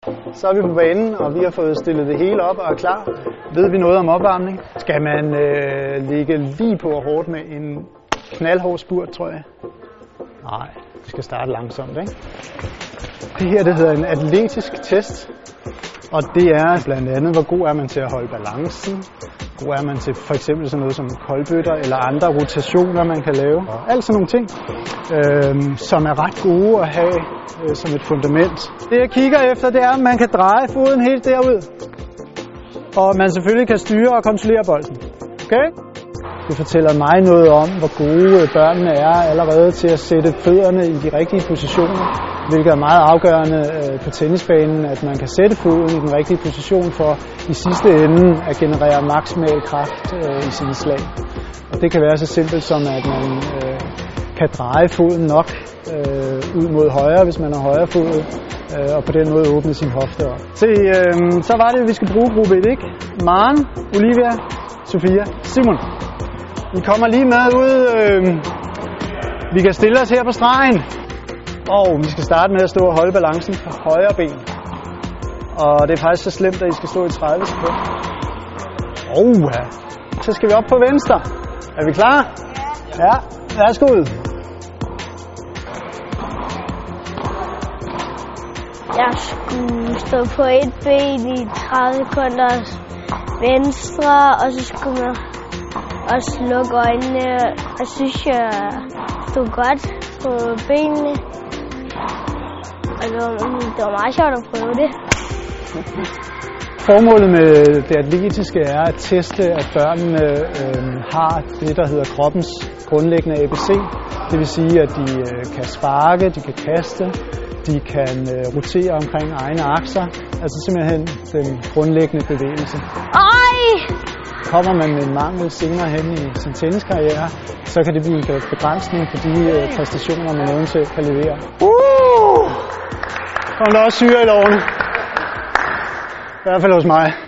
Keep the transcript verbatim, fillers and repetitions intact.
Så er vi på banen, og vi har fået stillet det hele op og er klar. Ved vi noget om opvarmning? Skal man øh, ligge lige på og hårdt med en knaldhård spurt, tror jeg? Nej, vi skal starte langsomt, ikke? Det her det hedder en atletisk test, og det er blandt andet, hvor god er man til at holde balancen, hvor god er man til for eksempel sådan noget som koldbøtter eller andre rotationer, man kan lave. Alt sådan nogle ting, øh, som er ret gode at have øh, som et fundament. Det jeg kigger efter, det er, at man kan dreje foden helt derud, og man selvfølgelig kan styre og kontrollere bolden. Okay? Det fortæller mig noget om, hvor gode børnene er allerede til at sætte fødderne i de rigtige positioner, hvilket er meget afgørende på tennisbanen, at man kan sætte foden i den rigtige position for i sidste ende at generere maksimal kraft i sine slag. Og det kan være så simpelt som, at man kan dreje foden nok ud mod højre, hvis man er højrefodet, og på den måde åbne sin hofte op. Se, så var det, at vi skal bruge gruppe et, ikke? Maren, Olivia, Sofia, Simon. Vi kommer lige med ud. Øh, vi kan stille os her på stregen. Og vi skal starte med at stå og holde balancen på højre ben. Og det er faktisk så slemt, at I skal stå i tredive sekunder. Oh, ja. Så skal vi op på venstre. Er vi klar? Ja. Værsgo ud. Jeg skulle stå på et ben i tredive sekunder venstre, og så skulle man og slukke øjnene, og synes jeg stod godt på benene. Og det var, det var meget sjovt at prøve det. Formålet med det atletiske er at teste, at børnene øh, har det, der hedder kroppens grundlæggende A B C. Det vil sige, at de øh, kan sparke, de kan kaste, de kan øh, rotere omkring egne akser. Altså simpelthen den grundlæggende bevægelse. Ej! Kommer man med en mangel senere hen i sin tenniskarriere, så kan det blive en begrænsning for de øh, præstationer, man eventuelt kan levere. Uh! Kom der også syre i lovene. I hvert fald hos mig.